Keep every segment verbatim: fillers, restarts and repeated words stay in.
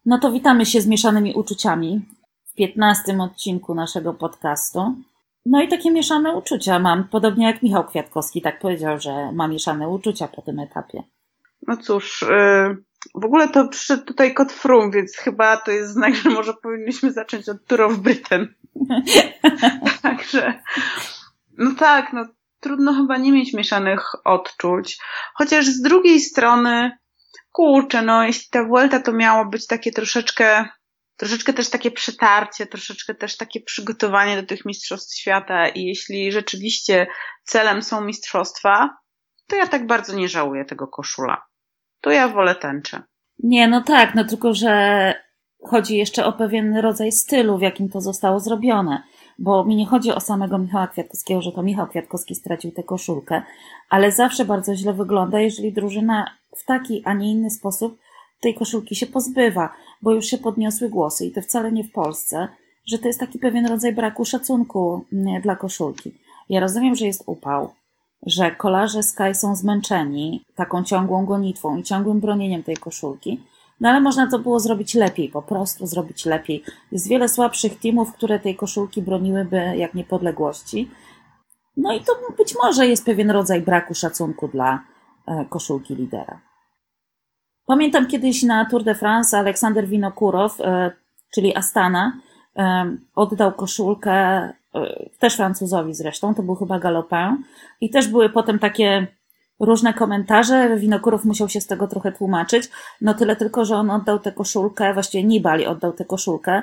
No to witamy się z mieszanymi uczuciami w piętnastym odcinku naszego podcastu. No i takie mieszane uczucia mam, podobnie jak Michał Kwiatkowski tak powiedział, że ma mieszane uczucia po tym etapie. No cóż, yy, w ogóle to przyszedł tutaj kot Froome, więc chyba to jest znak, że może powinniśmy zacząć od Tour of Britain. Także, no tak, no trudno chyba nie mieć mieszanych odczuć. Chociaż z drugiej strony, kurczę, no jeśli ta Vuelta to miało być takie troszeczkę, troszeczkę też takie przetarcie, troszeczkę też takie przygotowanie do tych mistrzostw świata i jeśli rzeczywiście celem są mistrzostwa, to ja tak bardzo nie żałuję tego koszula. To ja wolę tęczę. Nie, no tak, no tylko, że chodzi jeszcze o pewien rodzaj stylu, w jakim to zostało zrobione. Bo mi nie chodzi o samego Michała Kwiatkowskiego, że to Michał Kwiatkowski stracił tę koszulkę, ale zawsze bardzo źle wygląda, jeżeli drużyna w taki, a nie inny sposób tej koszulki się pozbywa, bo już się podniosły głosy i to wcale nie w Polsce, że to jest taki pewien rodzaj braku szacunku dla koszulki. Ja rozumiem, że jest upał, że kolarze Sky są zmęczeni taką ciągłą gonitwą i ciągłym bronieniem tej koszulki, no ale można to było zrobić lepiej, po prostu zrobić lepiej. Jest wiele słabszych teamów, które tej koszulki broniłyby jak niepodległości. No i to być może jest pewien rodzaj braku szacunku dla e, koszulki lidera. Pamiętam kiedyś na Tour de France Aleksander Winokurow, e, czyli Astana, e, oddał koszulkę e, też Francuzowi zresztą, to był chyba Galopin i też były potem takie różne komentarze, Winokurow musiał się z tego trochę tłumaczyć, no tyle tylko, że on oddał tę koszulkę, właściwie Nibali oddał tę koszulkę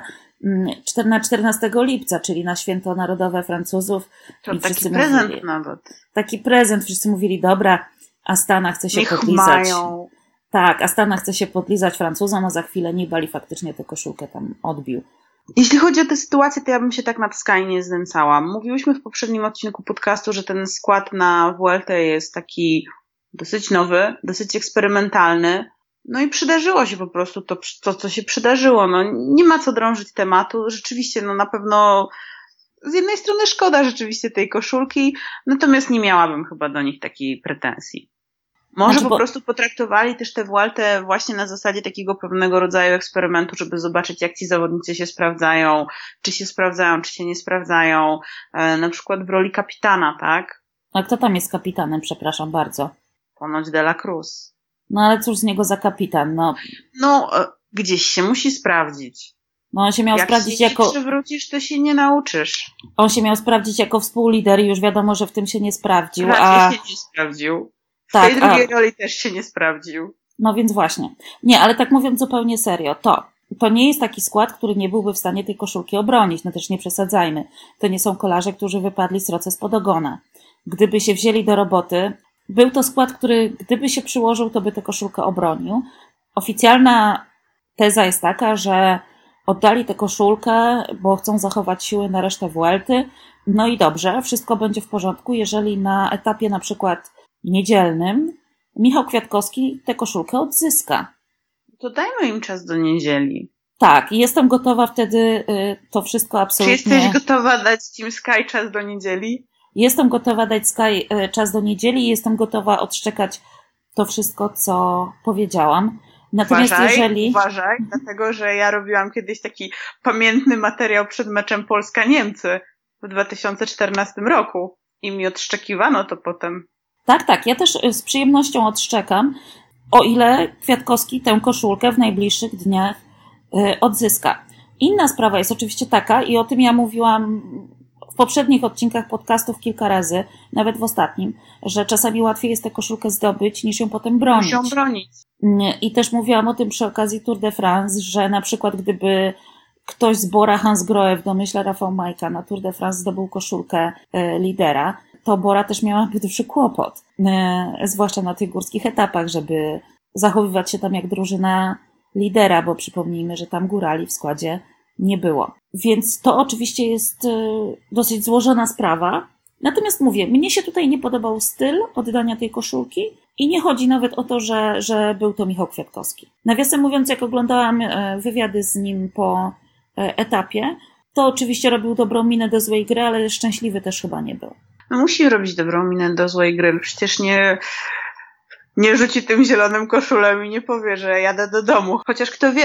na czternastego lipca, czyli na święto narodowe Francuzów. To I taki prezent mówili, nawet. Taki prezent, wszyscy mówili, dobra, Astana chce się Niech podlizać. Mają. Tak, Astana chce się podlizać Francuzom, a za chwilę Nibali faktycznie tę koszulkę tam odbił. Jeśli chodzi o tę sytuację, to ja bym się tak nad Sky nie znęcała. Mówiłyśmy w poprzednim odcinku podcastu, że ten skład na Vueltę jest taki dosyć nowy, dosyć eksperymentalny. No i przydarzyło się po prostu to, to, co się przydarzyło. No, nie ma co drążyć tematu. Rzeczywiście, no na pewno z jednej strony szkoda rzeczywiście tej koszulki, natomiast nie miałabym chyba do nich takiej pretensji. Może znaczy, po bo... prostu potraktowali też tę Vueltę właśnie na zasadzie takiego pewnego rodzaju eksperymentu, żeby zobaczyć, jak ci zawodnicy się sprawdzają, czy się sprawdzają, czy się nie sprawdzają, e, na przykład w roli kapitana, tak? A kto tam jest kapitanem, przepraszam bardzo? Ponoć De La Cruz. No ale cóż z niego za kapitan, no. No, e, gdzieś się musi sprawdzić. No on się miał jak sprawdzić się jako... Jak przewrócisz, to się nie nauczysz. On się miał sprawdzić jako współlider i już wiadomo, że w tym się nie sprawdził. Raczej a... się nie sprawdził. W tak, tej drugiej a... roli też się nie sprawdził. No więc właśnie. Nie, ale tak mówiąc zupełnie serio, to to nie jest taki skład, który nie byłby w stanie tej koszulki obronić. No też nie przesadzajmy. To nie są kolarze, którzy wypadli sroce spod ogona. Gdyby się wzięli do roboty, był to skład, który gdyby się przyłożył, to by tę koszulkę obronił. Oficjalna teza jest taka, że oddali tę koszulkę, bo chcą zachować siły na resztę Vuelty. No i dobrze, wszystko będzie w porządku, jeżeli na etapie na przykład niedzielnym Michał Kwiatkowski tę koszulkę odzyska. To dajmy im czas do niedzieli. Tak, i jestem gotowa wtedy y, to wszystko absolutnie... Czy jesteś gotowa dać Team Sky czas do niedzieli? Jestem gotowa dać Sky y, czas do niedzieli i jestem gotowa odszczekać to wszystko, co powiedziałam. Natomiast uważaj, jeżeli... uważaj, dlatego że ja robiłam kiedyś taki pamiętny materiał przed meczem Polska-Niemcy w dwa tysiące czternastym roku i mi odszczekiwano to potem. Tak, tak, ja też z przyjemnością odszczekam, o ile Kwiatkowski tę koszulkę w najbliższych dniach y, odzyska. Inna sprawa jest oczywiście taka, i o tym ja mówiłam w poprzednich odcinkach podcastów kilka razy, nawet w ostatnim, że czasami łatwiej jest tę koszulkę zdobyć, niż ją potem bronić. Niż ją bronić. I też mówiłam o tym przy okazji Tour de France, że na przykład gdyby ktoś z Bora Hansgrohe, w domyśle Rafał Majka, na Tour de France zdobył koszulkę y, lidera, to Bora też miałaby duży kłopot, e, zwłaszcza na tych górskich etapach, żeby zachowywać się tam jak drużyna lidera, bo przypomnijmy, że tam górali w składzie nie było. Więc to oczywiście jest e, dosyć złożona sprawa. Natomiast mówię, mnie się tutaj nie podobał styl oddania tej koszulki i nie chodzi nawet o to, że, że był to Michał Kwiatkowski. Nawiasem mówiąc, jak oglądałam e, wywiady z nim po e, etapie, to oczywiście robił dobrą minę do złej gry, ale szczęśliwy też chyba nie był. No musi robić dobrą minę do złej gry. Przecież nie, nie rzuci tym zielonym koszulem i nie powie, że jadę do domu. Chociaż kto wie,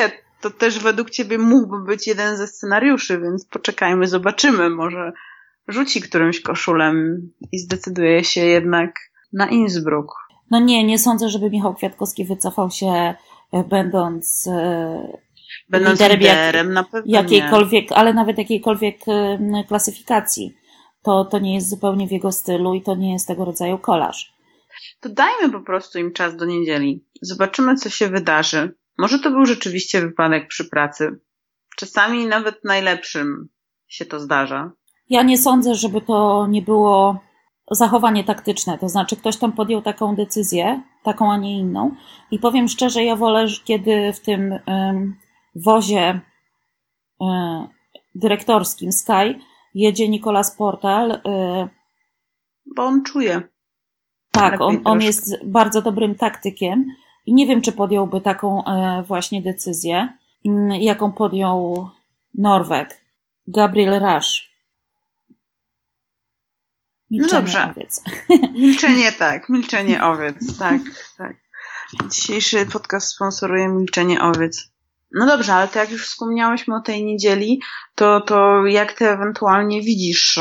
to też według ciebie mógłby być jeden ze scenariuszy, więc poczekajmy, zobaczymy. Może rzuci którymś koszulem i zdecyduje się jednak na Innsbruck. No nie, nie sądzę, żeby Michał Kwiatkowski wycofał się, będąc, będąc liderem, liderem jak, na pewno jakiejkolwiek, nie. Ale nawet jakiejkolwiek klasyfikacji. To, to nie jest zupełnie w jego stylu i to nie jest tego rodzaju kolarz. To dajmy po prostu im czas do niedzieli. Zobaczymy, co się wydarzy. Może to był rzeczywiście wypadek przy pracy. Czasami nawet najlepszym się to zdarza. Ja nie sądzę, żeby to nie było zachowanie taktyczne. To znaczy ktoś tam podjął taką decyzję, taką, a nie inną. I powiem szczerze, ja wolę, kiedy w tym um, wozie um, dyrektorskim Sky jedzie Nicolas Portal. Um, Bo on czuje. Tak, on, on jest bardzo dobrym taktykiem i nie wiem, czy podjąłby taką e, właśnie decyzję, m, jaką podjął Norweg, Gabriel Rasch. Milczenie no dobrze. Owiec. Milczenie tak, milczenie owiec, tak, tak. Dzisiejszy podcast sponsoruje Milczenie owiec. No dobrze, ale to jak już wspomniałyśmy o tej niedzieli, to, to jak ty ewentualnie widzisz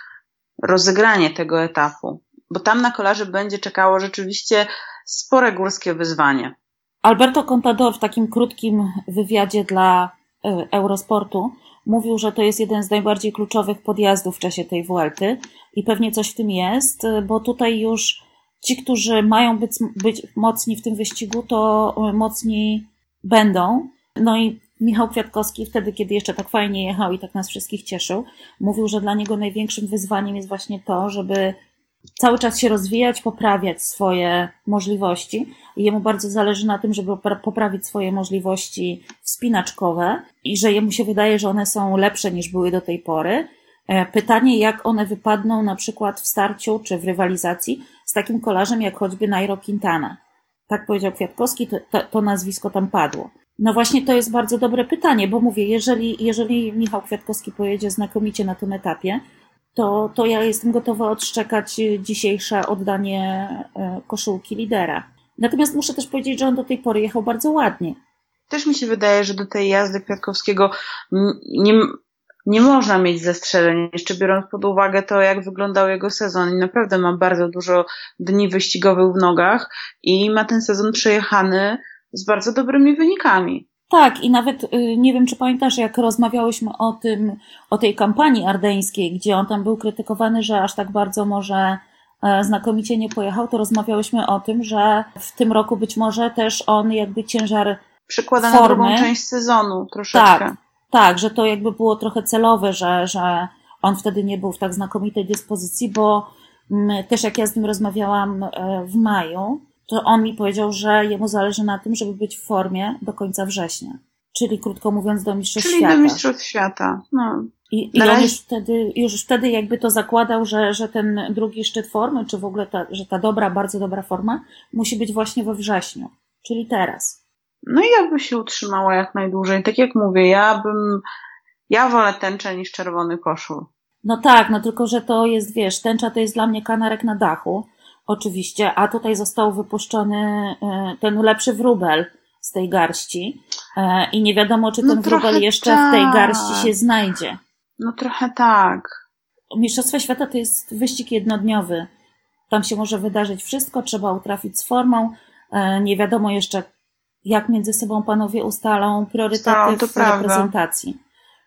rozegranie tego etapu? Bo tam na kolarzy będzie czekało rzeczywiście spore górskie wyzwanie. Alberto Contador w takim krótkim wywiadzie dla Eurosportu mówił, że to jest jeden z najbardziej kluczowych podjazdów w czasie tej Vuelty i pewnie coś w tym jest, bo tutaj już ci, którzy mają być, być mocni w tym wyścigu, to mocni będą. No i Michał Kwiatkowski wtedy, kiedy jeszcze tak fajnie jechał i tak nas wszystkich cieszył, mówił, że dla niego największym wyzwaniem jest właśnie to, żeby cały czas się rozwijać, poprawiać swoje możliwości i jemu bardzo zależy na tym, żeby poprawić swoje możliwości wspinaczkowe i że jemu się wydaje, że one są lepsze niż były do tej pory. Pytanie, jak one wypadną na przykład w starciu czy w rywalizacji z takim kolarzem jak choćby Nairo Quintana. Tak powiedział Kwiatkowski, to, to, to nazwisko tam padło. No właśnie to jest bardzo dobre pytanie, bo mówię, jeżeli, jeżeli Michał Kwiatkowski pojedzie znakomicie na tym etapie, to, to ja jestem gotowa odszczekać dzisiejsze oddanie koszulki lidera. Natomiast muszę też powiedzieć, że on do tej pory jechał bardzo ładnie. Też mi się wydaje, że do tej jazdy Kwiatkowskiego nie, nie można mieć zastrzeżeń, jeszcze biorąc pod uwagę to, jak wyglądał jego sezon. I naprawdę ma bardzo dużo dni wyścigowych w nogach i ma ten sezon przejechany z bardzo dobrymi wynikami. Tak, i nawet nie wiem, czy pamiętasz, jak rozmawiałyśmy o tym, o tej kampanii ardeńskiej, gdzie on tam był krytykowany, że aż tak bardzo może znakomicie nie pojechał, to rozmawiałyśmy o tym, że w tym roku być może też on jakby ciężar przykłada formy, na drugą część sezonu troszeczkę. Tak, tak, że to jakby było trochę celowe, że, że on wtedy nie był w tak znakomitej dyspozycji, bo też jak ja z nim rozmawiałam w maju, to on mi powiedział, że jemu zależy na tym, żeby być w formie do końca września. Czyli krótko mówiąc do Mistrzostw Czyli Świata. Czyli do Mistrzostw Świata. No. I, i on już wtedy, już wtedy jakby to zakładał, że, że ten drugi szczyt formy, czy w ogóle ta, że ta dobra, bardzo dobra forma musi być właśnie we wrześniu. Czyli teraz. No i ja bym się utrzymała jak najdłużej. Tak jak mówię, ja bym, ja wolę tęczę niż czerwony koszul. No tak, no tylko, że to jest, wiesz, tęcza to jest dla mnie kanarek na dachu. Oczywiście, a tutaj został wypuszczony ten lepszy wróbel z tej garści i nie wiadomo, czy ten no wróbel jeszcze tak. w tej garści się znajdzie. No trochę tak. Mistrzostwa Świata to jest wyścig jednodniowy. Tam się może wydarzyć wszystko, trzeba utrafić z formą. Nie wiadomo jeszcze, jak między sobą panowie ustalą priorytety to w prawda. reprezentacji.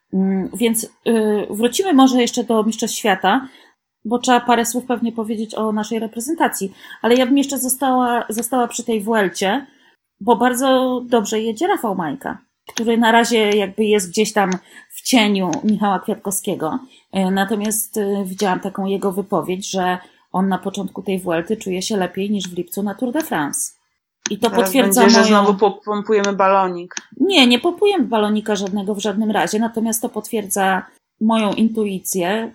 Więc wrócimy może jeszcze do Mistrzostw Świata, bo trzeba parę słów pewnie powiedzieć o naszej reprezentacji. Ale ja bym jeszcze została, została przy tej Vuelcie, bo bardzo dobrze jedzie Rafał Majka, który na razie jakby jest gdzieś tam w cieniu Michała Kwiatkowskiego. Natomiast widziałam taką jego wypowiedź, że on na początku tej Vuelty czuje się lepiej niż w lipcu na Tour de France. I to Teraz potwierdza będzie, moją... że znowu pompujemy balonik. Nie, nie pompujemy balonika żadnego w żadnym razie, natomiast to potwierdza moją intuicję,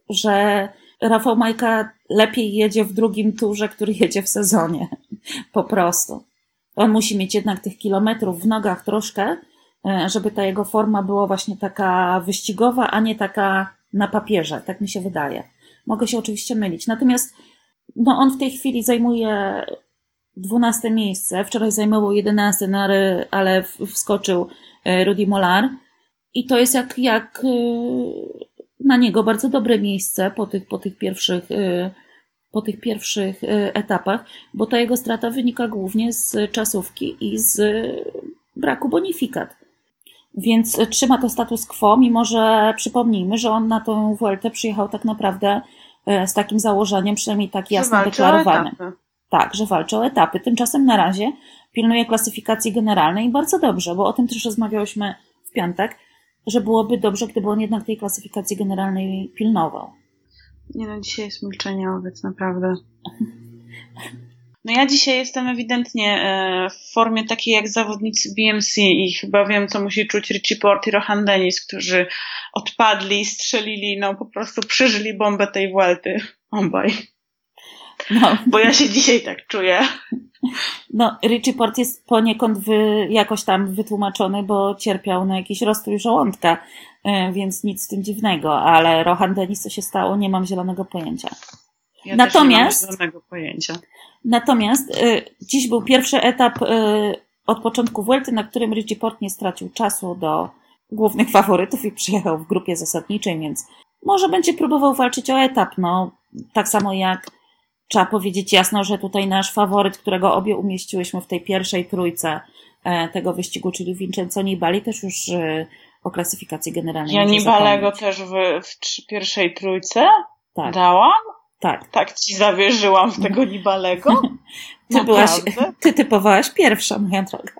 że Rafał Majka lepiej jedzie w drugim turze, który jedzie w sezonie. Po prostu. On musi mieć jednak tych kilometrów w nogach troszkę, żeby ta jego forma była właśnie taka wyścigowa, a nie taka na papierze. Tak mi się wydaje. Mogę się oczywiście mylić. Natomiast no, on w tej chwili zajmuje dwunaste miejsce. Wczoraj zajmował jedenaste, no ale, ale wskoczył Rudy Mollard. I to jest jak, jak na niego bardzo dobre miejsce po tych, po tych pierwszych, po tych pierwszych etapach, bo ta jego strata wynika głównie z czasówki i z braku bonifikat. Więc trzyma to status quo, mimo że przypomnijmy, że on na tą Vueltę przyjechał tak naprawdę z takim założeniem, przynajmniej tak jasno deklarowanym. Tak, że walczy o etapy. Tymczasem na razie pilnuje klasyfikacji generalnej i bardzo dobrze, bo o tym też rozmawiałyśmy w piątek, że byłoby dobrze, gdyby on jednak tej klasyfikacji generalnej pilnował. Nie no, dzisiaj jest milczeniowiec, naprawdę. No ja dzisiaj jestem ewidentnie w formie takiej jak zawodnicy B M C i chyba wiem, co musi czuć Richie Porte i Rohan Dennis, którzy odpadli, strzelili, no po prostu przeżyli bombę tej Vuelty. Obaj. No. Bo ja się dzisiaj tak czuję. No, Richie Porte jest poniekąd wy, jakoś tam wytłumaczony, bo cierpiał na jakiś rozstrój żołądka, więc nic z tym dziwnego, ale Rohan Dennis, co się stało, nie mam zielonego pojęcia. Ja natomiast, też nie mam zielonego pojęcia. Natomiast y, dziś był pierwszy etap y, od początku Vuelty, na którym Richie Porte nie stracił czasu do głównych faworytów i przyjechał w grupie zasadniczej, więc może będzie próbował walczyć o etap, no tak samo jak trzeba powiedzieć jasno, że tutaj nasz faworyt, którego obie umieściłyśmy w tej pierwszej trójce e, tego wyścigu, czyli Vincenzo Nibali, też już e, o klasyfikacji generalnej. Ja Nibalego też w, w pierwszej trójce tak. dałam? Tak. Tak ci zawierzyłam w tego Nibalego? Ty, byłaś, ty typowałaś pierwsza, moja droga.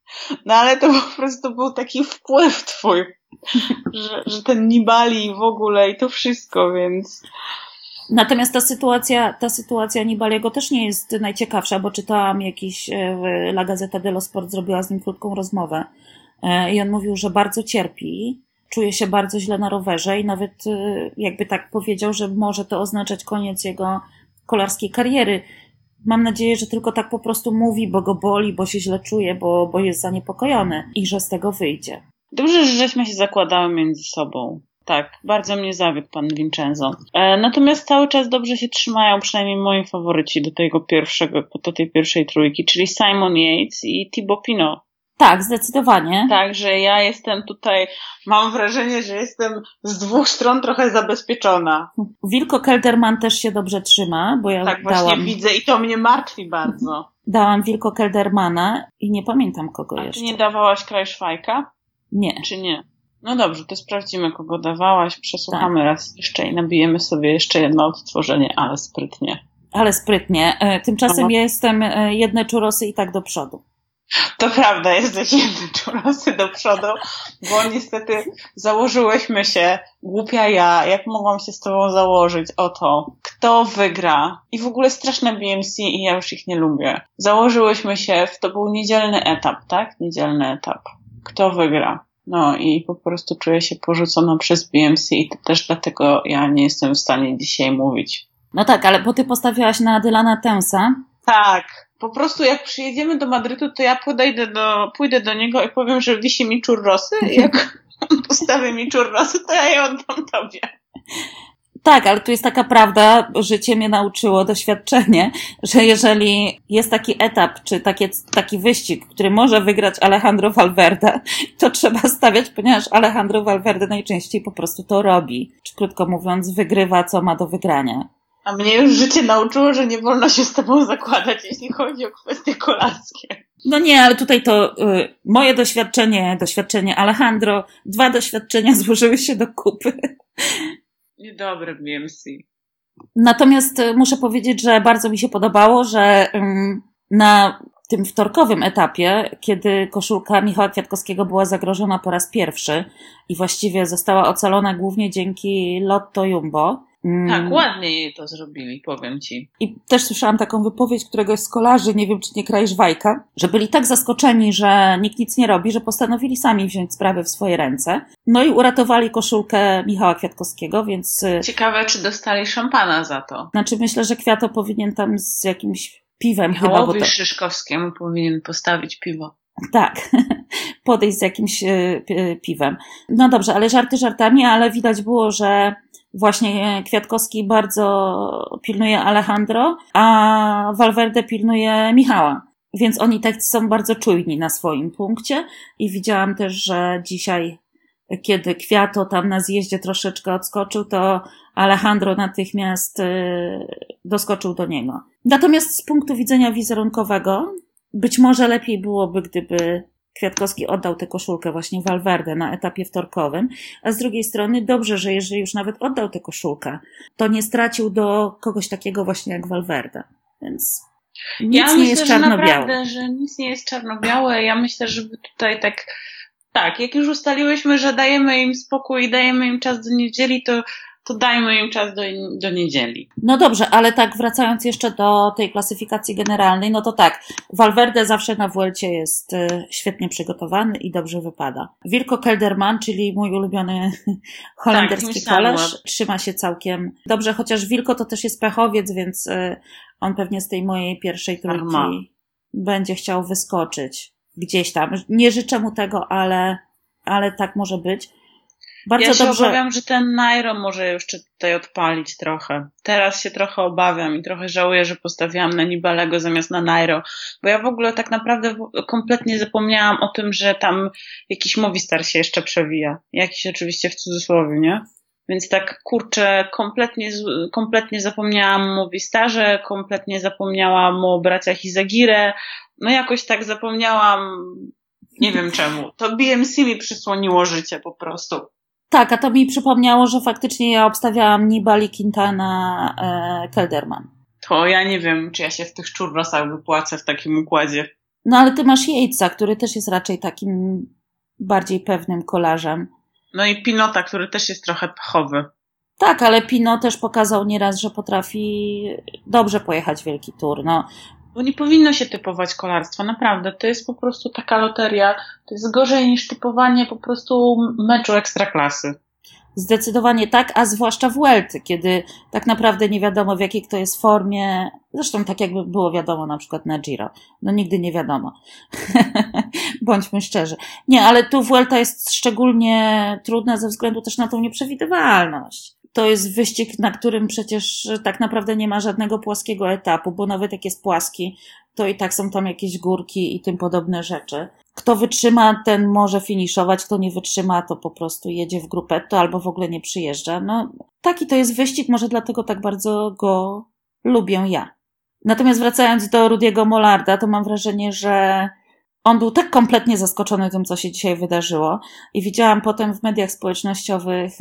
No ale to po prostu był taki wpływ twój, że, że ten Nibali w ogóle i to wszystko, więc... Natomiast ta sytuacja, ta sytuacja Nibaliego też nie jest najciekawsza, bo czytałam jakiś, La Gazzetta dello Sport zrobiła z nim krótką rozmowę i on mówił, że bardzo cierpi, czuje się bardzo źle na rowerze i nawet jakby tak powiedział, że może to oznaczać koniec jego kolarskiej kariery. Mam nadzieję, że tylko tak po prostu mówi, bo go boli, bo się źle czuje, bo, bo jest zaniepokojony i że z tego wyjdzie. Dobrze, że żeśmy się zakładały między sobą. Tak, bardzo mnie zawiódł pan Vincenzo. E, natomiast cały czas dobrze się trzymają, przynajmniej moi faworyci do tego pierwszego, do tej pierwszej trójki, czyli Simon Yates i Thibaut Pinot. Tak, zdecydowanie. Także ja jestem tutaj, mam wrażenie, że jestem z dwóch stron trochę zabezpieczona. Wilco Kelderman też się dobrze trzyma, bo ja tak dałam... właśnie widzę i to mnie martwi bardzo. Dałam Wilco Keldermana i nie pamiętam kogo A jeszcze. ty nie dawałaś Krajszwajka? Nie. Czy nie? No dobrze, to sprawdzimy, kogo dawałaś, przesłuchamy tak. raz jeszcze i nabijemy sobie jeszcze jedno odtworzenie, ale sprytnie. Ale sprytnie. Tymczasem no. ja jestem jedne czurosy i tak do przodu. To prawda, jesteś jedne czurosy do przodu, bo niestety założyłyśmy się, głupia ja, jak mogłam się z tobą założyć o to, kto wygra. I w ogóle straszne B M C i ja już ich nie lubię. Założyłyśmy się, to był niedzielny etap, tak? Niedzielny etap. Kto wygra? No i po prostu czuję się porzucona przez B M C i to też dlatego ja nie jestem w stanie dzisiaj mówić. No tak, ale bo ty postawiłaś na Dylana Tensa. Tak, po prostu jak przyjedziemy do Madrytu, to ja podejdę do, pójdę do niego i powiem, że wisi mi churrosy i jak on postawi mi churrosy, to ja je oddam tobie. Tak, ale tu jest taka prawda, życie mnie nauczyło, doświadczenie, że jeżeli jest taki etap, czy takie, taki wyścig, który może wygrać Alejandro Valverde, to trzeba stawiać, ponieważ Alejandro Valverde najczęściej po prostu to robi. Czy krótko mówiąc, wygrywa, co ma do wygrania. A mnie już życie nauczyło, że nie wolno się z tobą zakładać, jeśli chodzi o kwestie kolarskie. No nie, ale tutaj to y, moje doświadczenie, doświadczenie Alejandro, dwa doświadczenia złożyły się do kupy. Niedobre B M C. Natomiast muszę powiedzieć, że bardzo mi się podobało, że ym, na tym wtorkowym etapie, kiedy koszulka Michała Kwiatkowskiego była zagrożona po raz pierwszy i właściwie została ocalona głównie dzięki Lotto Jumbo. Ym, tak, ładnie jej to zrobili, powiem ci. I też słyszałam taką wypowiedź któregoś z kolarzy, nie wiem czy nie Krajszwajka, że byli tak zaskoczeni, że nikt nic nie robi, że postanowili sami wziąć sprawy w swoje ręce. No i uratowali koszulkę Michała Kwiatkowskiego, więc... Ciekawe, czy dostali szampana za to. Znaczy myślę, że Kwiato powinien tam z jakimś piwem Michałowi chyba. Bo to... Szyszkowskiemu powinien postawić piwo. Tak, podejść z jakimś piwem. No dobrze, ale żarty żartami, ale widać było, że właśnie Kwiatkowski bardzo pilnuje Alejandro, a Valverde pilnuje Michała. Więc oni tak są bardzo czujni na swoim punkcie i widziałam też, że dzisiaj, kiedy Kwiato tam na zjeździe troszeczkę odskoczył, to Alejandro natychmiast doskoczył do niego. Natomiast z punktu widzenia wizerunkowego być może lepiej byłoby, gdyby Kwiatkowski oddał tę koszulkę właśnie Valverde na etapie wtorkowym, a z drugiej strony dobrze, że jeżeli już nawet oddał tę koszulkę, to nie stracił do kogoś takiego właśnie jak Valverde. Więc nic ja nie myślę, jest że czarno-białe. naprawdę, że nic nie jest czarno-białe. Ja myślę, żeby tutaj tak, tak, jak już ustaliłyśmy, że dajemy im spokój i dajemy im czas do niedzieli, to to dajmy im czas do, do niedzieli. No dobrze, ale tak wracając jeszcze do tej klasyfikacji generalnej, no to tak, Valverde zawsze na Vuelcie jest świetnie przygotowany i dobrze wypada. Wilco Kelderman, czyli mój ulubiony holenderski tak, kolarz, trzyma się całkiem dobrze, chociaż Wilco to też jest pechowiec, więc on pewnie z tej mojej pierwszej trójki Arma. będzie chciał wyskoczyć gdzieś tam. Nie życzę mu tego, ale, ale tak może być. Bardzo ja się dobrze. obawiam, że ten Nairo może jeszcze tutaj odpalić trochę. Teraz się trochę obawiam i trochę żałuję, że postawiłam na Nibalego zamiast na Nairo, bo ja w ogóle tak naprawdę kompletnie zapomniałam o tym, że tam jakiś Movistar się jeszcze przewija. Jakiś oczywiście w cudzysłowie, nie? Więc tak, kurczę, kompletnie, kompletnie zapomniałam o Movistarze, kompletnie zapomniałam o braciach Izagirre, no jakoś tak zapomniałam, nie wiem czemu. To B M C mi przysłoniło życie po prostu. Tak, a to mi przypomniało, że faktycznie ja obstawiałam Nibali, Quintana, e, Kelderman. To ja nie wiem, czy ja się w tych Churrosach wypłacę w takim układzie. No ale ty masz Yatesa, który też jest raczej takim bardziej pewnym kolarzem. No i Pinota, który też jest trochę pechowy. Tak, ale Pinot też pokazał nieraz, że potrafi dobrze pojechać wielki tour. No. Bo nie powinno się typować kolarstwa, naprawdę. To jest po prostu taka loteria. To jest gorzej niż typowanie po prostu meczu ekstraklasy. Zdecydowanie tak, a zwłaszcza w Vuelty, kiedy tak naprawdę nie wiadomo w jakiej kto jest formie. Zresztą tak jakby było wiadomo na przykład na Giro. No nigdy nie wiadomo. Bądźmy szczerzy. Nie, ale tu Vuelta jest szczególnie trudna ze względu też na tą nieprzewidywalność. To jest wyścig, na którym przecież tak naprawdę nie ma żadnego płaskiego etapu, bo nawet jak jest płaski, to i tak są tam jakieś górki i tym podobne rzeczy. Kto wytrzyma, ten może finiszować, kto nie wytrzyma, to po prostu jedzie w grupetto albo w ogóle nie przyjeżdża. No, taki to jest wyścig, może dlatego tak bardzo go lubię ja. Natomiast wracając do Rudiego Mollarda, to mam wrażenie, że on był tak kompletnie zaskoczony tym, co się dzisiaj wydarzyło i widziałam potem w mediach społecznościowych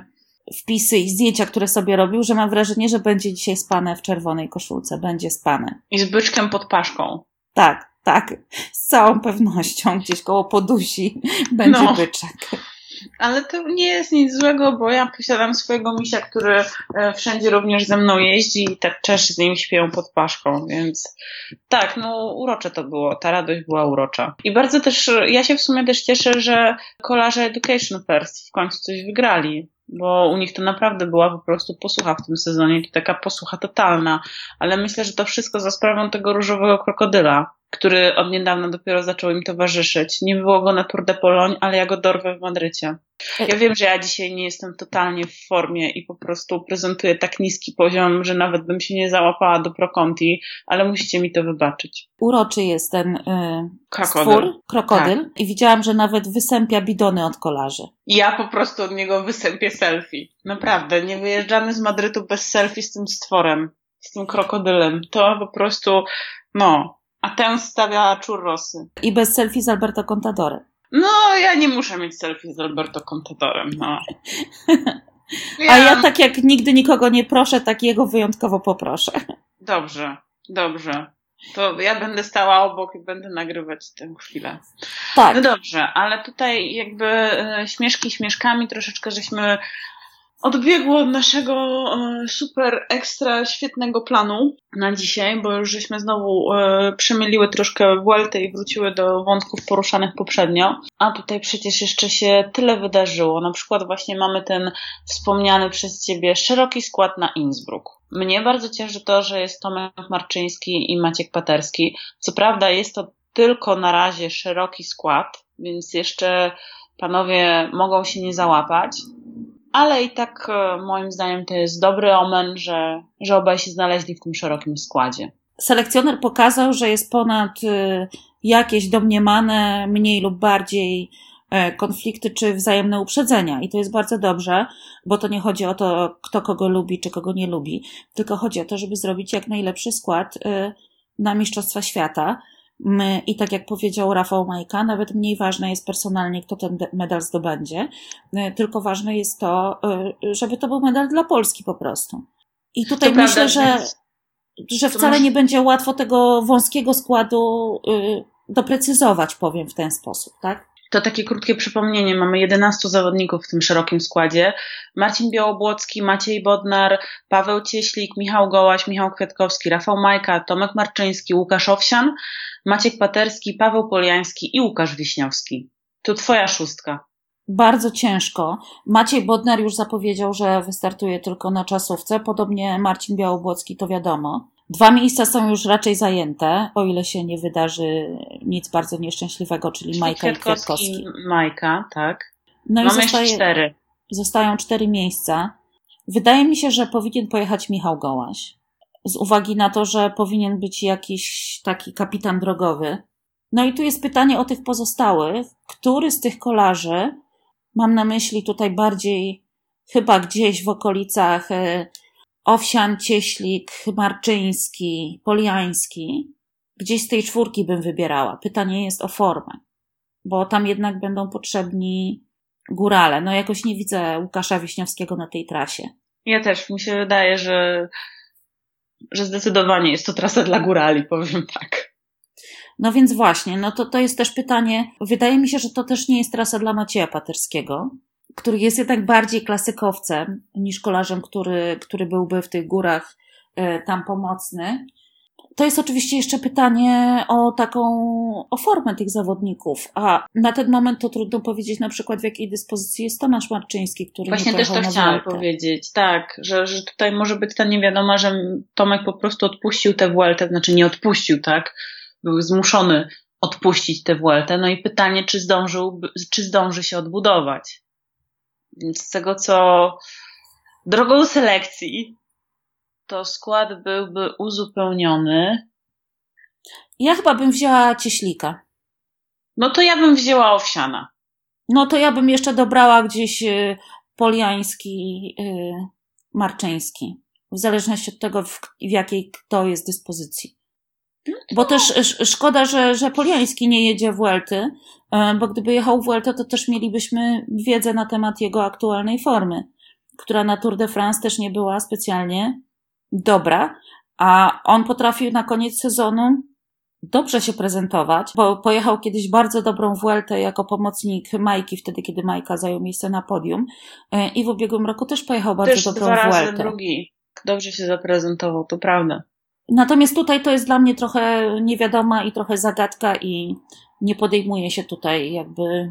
wpisy i zdjęcia, które sobie robił, że mam wrażenie, że będzie dzisiaj spane w czerwonej koszulce. Będzie spane. I z byczkiem pod paszką. Tak, tak. Z całą pewnością. Gdzieś koło podusi będzie no. byczek. Ale to nie jest nic złego, bo ja posiadam swojego misia, który wszędzie również ze mną jeździ i tak też z nim śpię pod paszką, więc tak, no urocze to było, ta radość była urocza. I bardzo też, ja się w sumie też cieszę, że kolarze Education First w końcu coś wygrali, bo u nich to naprawdę była po prostu posłucha w tym sezonie, to taka posłucha totalna, ale myślę, że to wszystko za sprawą tego różowego krokodyla, który od niedawna dopiero zaczął im towarzyszyć. Nie było go na Tour de Pologne, ale ja go dorwę w Madrycie. Ja wiem, że ja dzisiaj nie jestem totalnie w formie i po prostu prezentuję tak niski poziom, że nawet bym się nie załapała do Pro Conti, ale musicie mi to wybaczyć. Uroczy jest ten yy, krokodyl. stwór, krokodyl tak. I widziałam, że nawet wysępia bidony od kolarzy. Ja po prostu od niego wysępię selfie. Naprawdę, nie wyjeżdżamy z Madrytu bez selfie z tym stworem, z tym krokodylem. To po prostu, no... A tę stawia churrosy. I bez selfie z Alberto Contadorem. No, ja nie muszę mieć selfie z Alberto Contadorem, no. Ja... A ja tak jak nigdy nikogo nie proszę, tak jego wyjątkowo poproszę. Dobrze, dobrze. To ja będę stała obok i będę nagrywać tę chwilę. Tak. No dobrze, ale tutaj jakby e, śmieszki śmieszkami troszeczkę żeśmy odbiegło od naszego e, super ekstra świetnego planu na dzisiaj, bo już żeśmy znowu e, przemyliły troszkę Vueltę i wróciły do wątków poruszanych poprzednio. A tutaj przecież jeszcze się tyle wydarzyło. Na przykład właśnie mamy ten wspomniany przez Ciebie szeroki skład na Innsbruck. Mnie bardzo cieszy to, że jest Tomek Marczyński i Maciek Paterski. Co prawda jest to tylko na razie szeroki skład, więc jeszcze panowie mogą się nie załapać, ale i tak moim zdaniem to jest dobry omen, że, że obaj się znaleźli w tym szerokim składzie. Selekcjoner pokazał, że jest ponad y, jakieś domniemane, mniej lub bardziej y, konflikty czy wzajemne uprzedzenia. I to jest bardzo dobrze, bo to nie chodzi o to, kto kogo lubi czy kogo nie lubi, tylko chodzi o to, żeby zrobić jak najlepszy skład y, na Mistrzostwa Świata. My, I tak jak powiedział Rafał Majka, nawet mniej ważne jest personalnie, kto ten medal zdobędzie, y, tylko ważne jest to, y, żeby to był medal dla Polski po prostu. I tutaj To myślę, prawda, że że wcale nie będzie łatwo tego wąskiego składu y, doprecyzować, powiem w ten sposób, tak? To takie krótkie przypomnienie. Mamy jedenastu zawodników w tym szerokim składzie. Marcin Białobłocki, Maciej Bodnar, Paweł Cieślik, Michał Gołaś, Michał Kwiatkowski, Rafał Majka, Tomek Marczyński, Łukasz Owsian, Maciek Paterski, Paweł Poliański i Łukasz Wiśniowski. To twoja szóstka. Bardzo ciężko. Maciej Bodnar już zapowiedział, że wystartuje tylko na czasówce. Podobnie Marcin Białobłocki, to wiadomo. Dwa miejsca są już raczej zajęte, o ile się nie wydarzy nic bardzo nieszczęśliwego, czyli, czyli Majka i Kwiatkowski. Majka, tak. No Mamy i zostaje, jeszcze cztery. Zostają cztery miejsca. Wydaje mi się, że powinien pojechać Michał Gołaś. Z uwagi na to, że powinien być jakiś taki kapitan drogowy. No i tu jest pytanie o tych pozostałych. Który z tych kolarzy, mam na myśli tutaj bardziej chyba gdzieś w okolicach Owsian, Cieślik, Marczyński, Poliański, gdzieś z tej czwórki bym wybierała. Pytanie jest o formę, bo tam jednak będą potrzebni górale. No jakoś nie widzę Łukasza Wiśniowskiego na tej trasie. Ja też, mi się wydaje, że, że zdecydowanie jest to trasa dla górali, powiem tak. No więc właśnie, no to, to jest też pytanie, wydaje mi się, że to też nie jest trasa dla Macieja Paterskiego, który jest jednak bardziej klasykowcem niż kolarzem, który, który byłby w tych górach y, tam pomocny. To jest oczywiście jeszcze pytanie o taką, o formę tych zawodników, a na ten moment to trudno powiedzieć na przykład w jakiej dyspozycji jest Tomasz Marczyński, który Właśnie nie też to chciałam Vueltę. powiedzieć, tak, że, że tutaj może być ta niewiadoma, że Tomek po prostu odpuścił tę Vueltę, znaczy nie odpuścił, tak, był zmuszony odpuścić tę Vueltę, no i pytanie, czy zdążył, czy zdąży się odbudować. Więc z tego, co drogą selekcji, to skład byłby uzupełniony. Ja chyba bym wzięła Cieślika. No to ja bym wzięła Owsiana. No to ja bym jeszcze dobrała gdzieś y, Poliański, y, Marczyński. W zależności od tego, w, w jakiej kto jest dyspozycji. Bo też sz, szkoda, że, że Poliański nie jedzie w Vuelty, y, bo gdyby jechał w Vueltę, to też mielibyśmy wiedzę na temat jego aktualnej formy, która na Tour de France też nie była specjalnie dobra, a on potrafił na koniec sezonu dobrze się prezentować, bo pojechał kiedyś bardzo dobrą Vueltę jako pomocnik Majki, wtedy kiedy Majka zajął miejsce na podium, i w ubiegłym roku też pojechał bardzo też dobrą dwa razy Vueltę. drugi. Dobrze się zaprezentował, to prawda. Natomiast tutaj to jest dla mnie trochę niewiadoma i trochę zagadka i nie podejmuje się tutaj jakby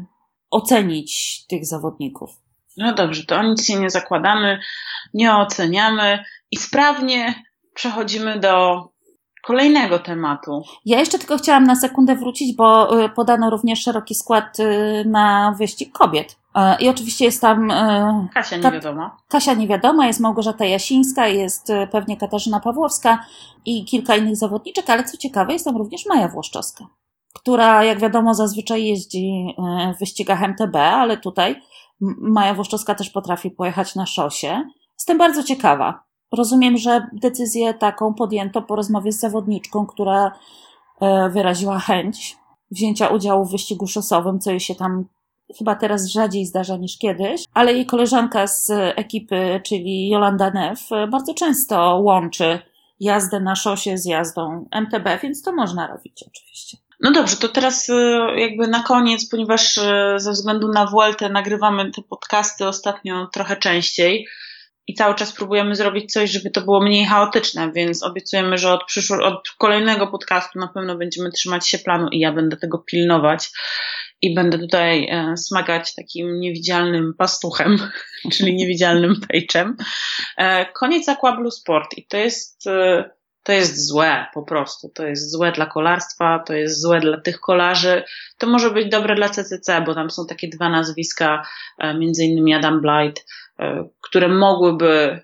ocenić tych zawodników. No dobrze, to o nic się nie zakładamy, nie oceniamy i sprawnie przechodzimy do kolejnego tematu. Ja jeszcze tylko chciałam na sekundę wrócić, bo podano również szeroki skład na wyścig kobiet. I oczywiście jest tam Kasia niewiadoma. Kasia niewiadoma, jest Małgorzata Jasińska, jest pewnie Katarzyna Pawłowska i kilka innych zawodniczek, ale co ciekawe, jest tam również Maja Włoszczowska, która jak wiadomo zazwyczaj jeździ w wyścigach M T B, ale tutaj Maja Włoszczowska też potrafi pojechać na szosie. Jestem bardzo ciekawa. Rozumiem, że decyzję taką podjęto po rozmowie z zawodniczką, która wyraziła chęć wzięcia udziału w wyścigu szosowym, co jej się tam chyba teraz rzadziej zdarza niż kiedyś, ale jej koleżanka z ekipy, czyli Jolanda Neff, bardzo często łączy jazdę na szosie z jazdą M T B, więc to można robić oczywiście. No dobrze, to teraz jakby na koniec, ponieważ ze względu na Vueltę nagrywamy te podcasty ostatnio trochę częściej i cały czas próbujemy zrobić coś, żeby to było mniej chaotyczne, więc obiecujemy, że od przyszłego, od kolejnego podcastu na pewno będziemy trzymać się planu i ja będę tego pilnować i będę tutaj e, smagać takim niewidzialnym pastuchem, czyli niewidzialnym pejczem. E, koniec Aqua Blue Sport i to jest e, to jest złe po prostu. To jest złe dla kolarstwa, to jest złe dla tych kolarzy. To może być dobre dla C C C, bo tam są takie dwa nazwiska, między innymi Adam Blythe, które mogłyby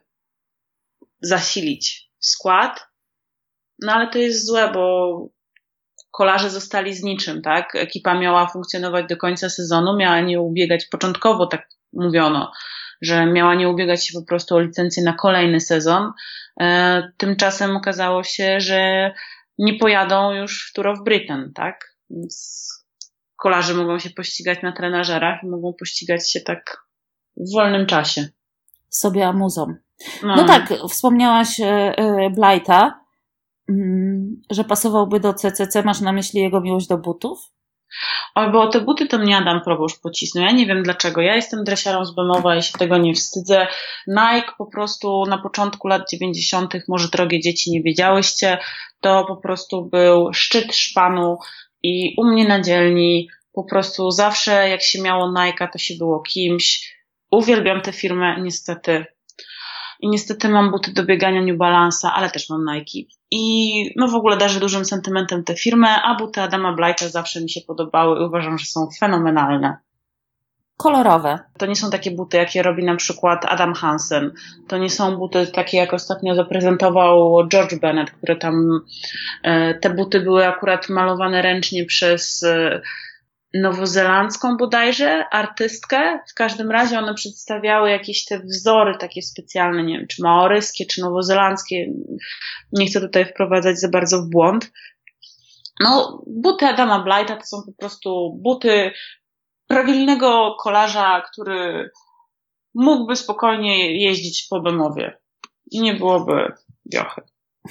zasilić skład, no ale to jest złe, bo kolarze zostali z niczym, tak? Ekipa miała funkcjonować do końca sezonu, miała nie ubiegać, początkowo tak mówiono, że miała nie ubiegać się po prostu o licencję na kolejny sezon. E, tymczasem okazało się, że nie pojadą już w Tour of Britain, tak? Więc kolarze mogą się pościgać na trenażerach i mogą pościgać się tak w wolnym czasie. Sobie amuzą. No, no tak, wspomniałaś e, Blytha, mm, że pasowałby do C C C. Masz na myśli jego miłość do butów? Oj, bo o te buty to mnie Adam Proboszcz pocisnął. Ja nie wiem dlaczego. Ja jestem dresiarą z Bemowa i się tego nie wstydzę. Nike po prostu na początku lat dziewięćdziesiątych, może drogie dzieci nie wiedziałyście, to po prostu był szczyt szpanu i u mnie na dzielni po prostu zawsze jak się miało Nike'a, to się było kimś. Uwielbiam tę firmę, niestety. I niestety mam buty do biegania New Balance'a, ale też mam Nike. I no w ogóle darzę dużym sentymentem tę firmę, a buty Adama Blytha zawsze mi się podobały i uważam, że są fenomenalne. Kolorowe. To nie są takie buty, jakie robi na przykład Adam Hansen. To nie są buty takie, jak ostatnio zaprezentował George Bennett, które tam, te buty były akurat malowane ręcznie przez nowozelandzką bodajże artystkę. W każdym razie one przedstawiały jakieś te wzory takie specjalne, nie wiem, czy maoryskie, czy nowozelandzkie. Nie chcę tutaj wprowadzać za bardzo w błąd. No, buty Adama Blytha to są po prostu buty prawilnego kolarza, który mógłby spokojnie jeździć po Bemowie i nie byłoby wiochy.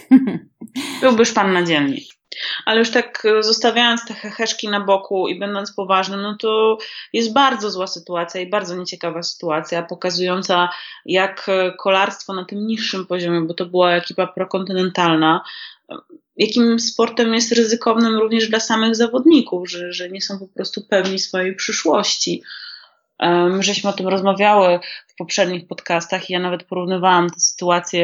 Byłby szpan na dzielni. Ale już tak zostawiając te heheszki na boku i będąc poważnym, no to jest bardzo zła sytuacja i bardzo nieciekawa sytuacja, pokazująca jak kolarstwo na tym niższym poziomie, bo to była ekipa prokontynentalna, jakim sportem jest ryzykownym również dla samych zawodników, że, że nie są po prostu pewni swojej przyszłości. My żeśmy o tym rozmawiały w poprzednich podcastach i ja nawet porównywałam tę sytuację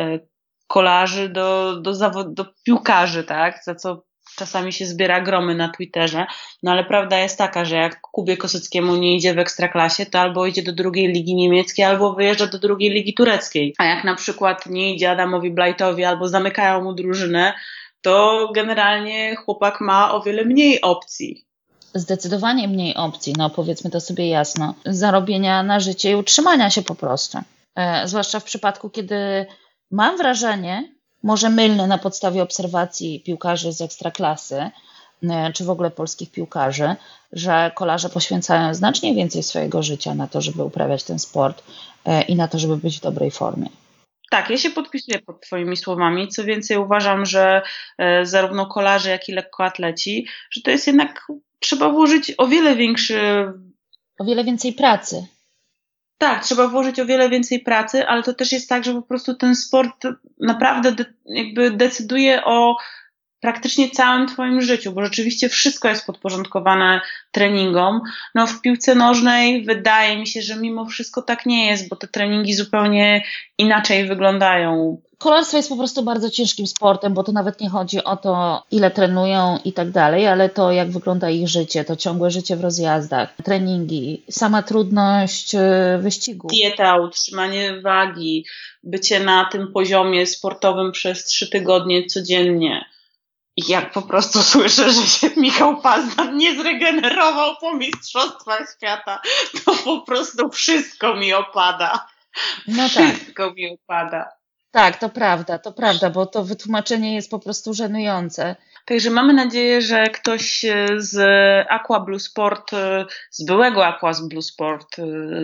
kolarzy do, do, zawod- do piłkarzy, tak, za co czasami się zbiera gromy na Twitterze, no ale prawda jest taka, że jak Kubie Koseckiemu nie idzie w Ekstraklasie, to albo idzie do drugiej ligi niemieckiej, albo wyjeżdża do drugiej ligi tureckiej, a jak na przykład nie idzie Adamowi Blythowi, albo zamykają mu drużynę, to generalnie chłopak ma o wiele mniej opcji. Zdecydowanie mniej opcji, no powiedzmy to sobie jasno, zarobienia na życie i utrzymania się po prostu. E, zwłaszcza w przypadku, kiedy mam wrażenie, może mylne na podstawie obserwacji piłkarzy z ekstraklasy, czy w ogóle polskich piłkarzy, że kolarze poświęcają znacznie więcej swojego życia na to, żeby uprawiać ten sport i na to, żeby być w dobrej formie. Tak, ja się podpisuję pod twoimi słowami. Co więcej, uważam, że zarówno kolarze, jak i lekkoatleci, że to jest jednak, trzeba włożyć o wiele większy... O wiele więcej pracy. Tak, trzeba włożyć o wiele więcej pracy, ale to też jest tak, że po prostu ten sport naprawdę de- jakby decyduje o praktycznie całym twoim życiu, bo rzeczywiście wszystko jest podporządkowane treningom. No w piłce nożnej wydaje mi się, że mimo wszystko tak nie jest, bo te treningi zupełnie inaczej wyglądają. Kolarstwo jest po prostu bardzo ciężkim sportem, bo to nawet nie chodzi o to, ile trenują i tak dalej, ale to, jak wygląda ich życie, to ciągłe życie w rozjazdach, treningi, sama trudność wyścigu. Dieta, utrzymanie wagi, bycie na tym poziomie sportowym przez trzy tygodnie codziennie. I jak po prostu słyszę, że się Michał Pazdan nie zregenerował po mistrzostwach świata, to po prostu wszystko mi opada. No tak. Wszystko mi opada. Tak, to prawda, to prawda, bo to wytłumaczenie jest po prostu żenujące. Także mamy nadzieję, że ktoś z Aqua Blue Sport, z byłego Aqua Blue Sport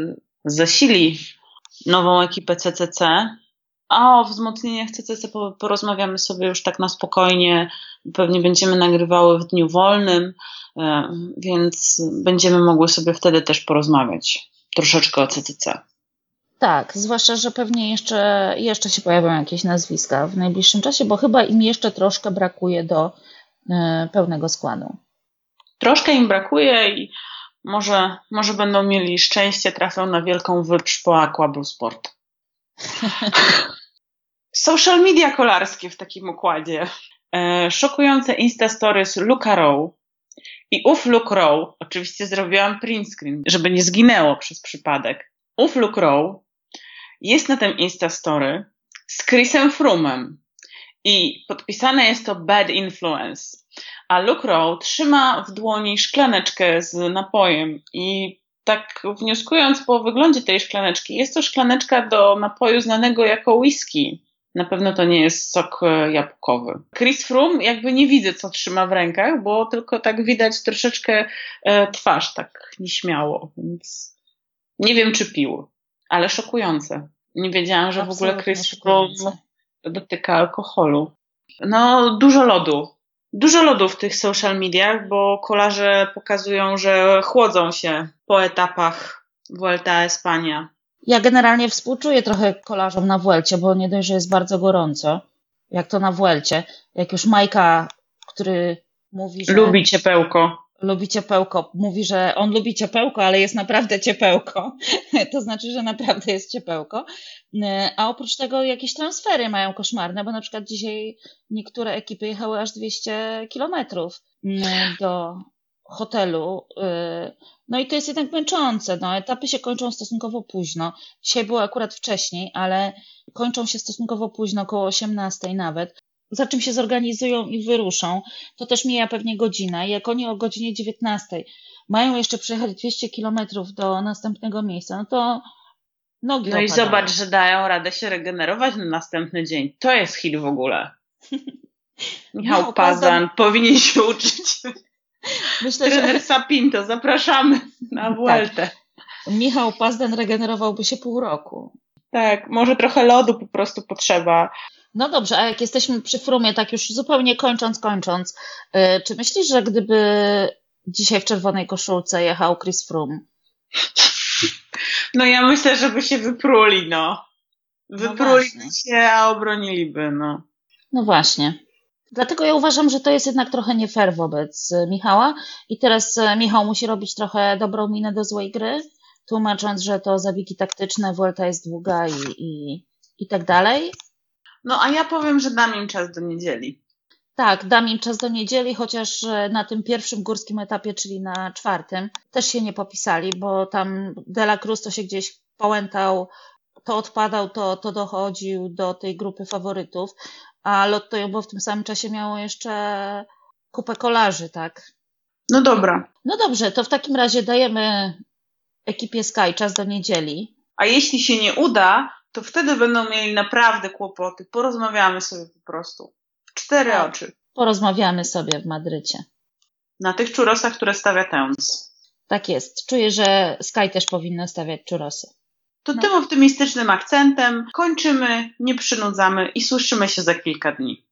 zasili nową ekipę C C C. A o wzmocnieniach C C C porozmawiamy sobie już tak na spokojnie. Pewnie będziemy nagrywały w dniu wolnym, więc będziemy mogły sobie wtedy też porozmawiać troszeczkę o C C C. Tak, zwłaszcza, że pewnie jeszcze, jeszcze się pojawią jakieś nazwiska w najbliższym czasie, bo chyba im jeszcze troszkę brakuje do y, pełnego składu. Troszkę im brakuje i może, może będą mieli szczęście, trafią na wielką wyprz po Aqua Blue Sport. Social media kolarskie w takim układzie. E, szokujące Instastories Luka Rowe. I ów Luke Rowe, oczywiście zrobiłam print screen, żeby nie zginęło przez przypadek. Ów Luke Rowe jest na tym Instastory z Chrisem Froome'em i podpisane jest to Bad Influence. A Luke Rowe trzyma w dłoni szklaneczkę z napojem i tak wnioskując po wyglądzie tej szklaneczki, jest to szklaneczka do napoju znanego jako whisky. Na pewno to nie jest sok jabłkowy. Chris Froome jakby nie widzę, co trzyma w rękach, bo tylko tak widać troszeczkę e, twarz tak nieśmiało, więc nie wiem, czy pił, ale szokujące. Nie wiedziałam, że Absolutnie w ogóle Chris szokujące. Froome dotyka alkoholu. No, dużo lodu. Dużo lodu w tych social mediach, bo kolarze pokazują, że chłodzą się po etapach Vuelta a España. Ja generalnie współczuję trochę kolarzom na Vuelcie, bo nie dość, że jest bardzo gorąco, jak to na Vuelcie. Jak już Majka, który mówi, że... Lubi ciepełko. Lubi ciepełko. Mówi, że on lubi ciepełko, ale jest naprawdę ciepełko. To znaczy, że naprawdę jest ciepełko. A oprócz tego jakieś transfery mają koszmarne, bo na przykład dzisiaj niektóre ekipy jechały aż dwieście kilometrów do hotelu. No i to jest jednak męczące. No, etapy się kończą stosunkowo późno. Dzisiaj było akurat wcześniej, ale kończą się stosunkowo późno, około osiemnastej nawet. Za czym się zorganizują i wyruszą, to też mija pewnie godzina. I jak oni o godzinie dziewiętnastej mają jeszcze przejechać dwieście kilometrów do następnego miejsca, no to nogi No i opadają. zobacz, że dają radę się regenerować na następny dzień. To jest hit w ogóle. Michał No, Pazdan Pazdan- powinien się uczyć. Myślę, że Trener Sapinto, zapraszamy na Vueltę. Michał Pazdan regenerowałby się pół roku. Tak, może trochę lodu po prostu potrzeba. No dobrze, a jak jesteśmy przy Frumie, tak już zupełnie kończąc, kończąc, yy, czy myślisz, że gdyby dzisiaj w czerwonej koszulce jechał Chris Froome? No ja myślę, żeby się wypruli, no. Wypruliby właśnie. się, a obroniliby, no. No właśnie. Dlatego ja uważam, że to jest jednak trochę nie fair wobec y, Michała i teraz y, Michał musi robić trochę dobrą minę do złej gry, tłumacząc, że to zabiegi taktyczne, Vuelta jest długa i, i, i tak dalej. No a ja powiem, że dam im czas do niedzieli. Tak, dam im czas do niedzieli, chociaż y, na tym pierwszym górskim etapie, czyli na czwartym, też się nie popisali, bo tam De La Cruz to się gdzieś połętał, to odpadał, to, to dochodził do tej grupy faworytów, a Lotto Jumbo w tym samym czasie miało jeszcze kupę kolarzy, tak? No dobra. No dobrze, to w takim razie dajemy ekipie Sky czas do niedzieli. A jeśli się nie uda, to wtedy będą mieli naprawdę kłopoty. Porozmawiamy sobie po prostu. W cztery Tak. oczy. Porozmawiamy sobie w Madrycie. Na tych churrosach, które stawia Towns. Tak jest. Czuję, że Sky też powinna stawiać churrosy. To No. tym optymistycznym akcentem kończymy, nie przynudzamy i słyszymy się za kilka dni.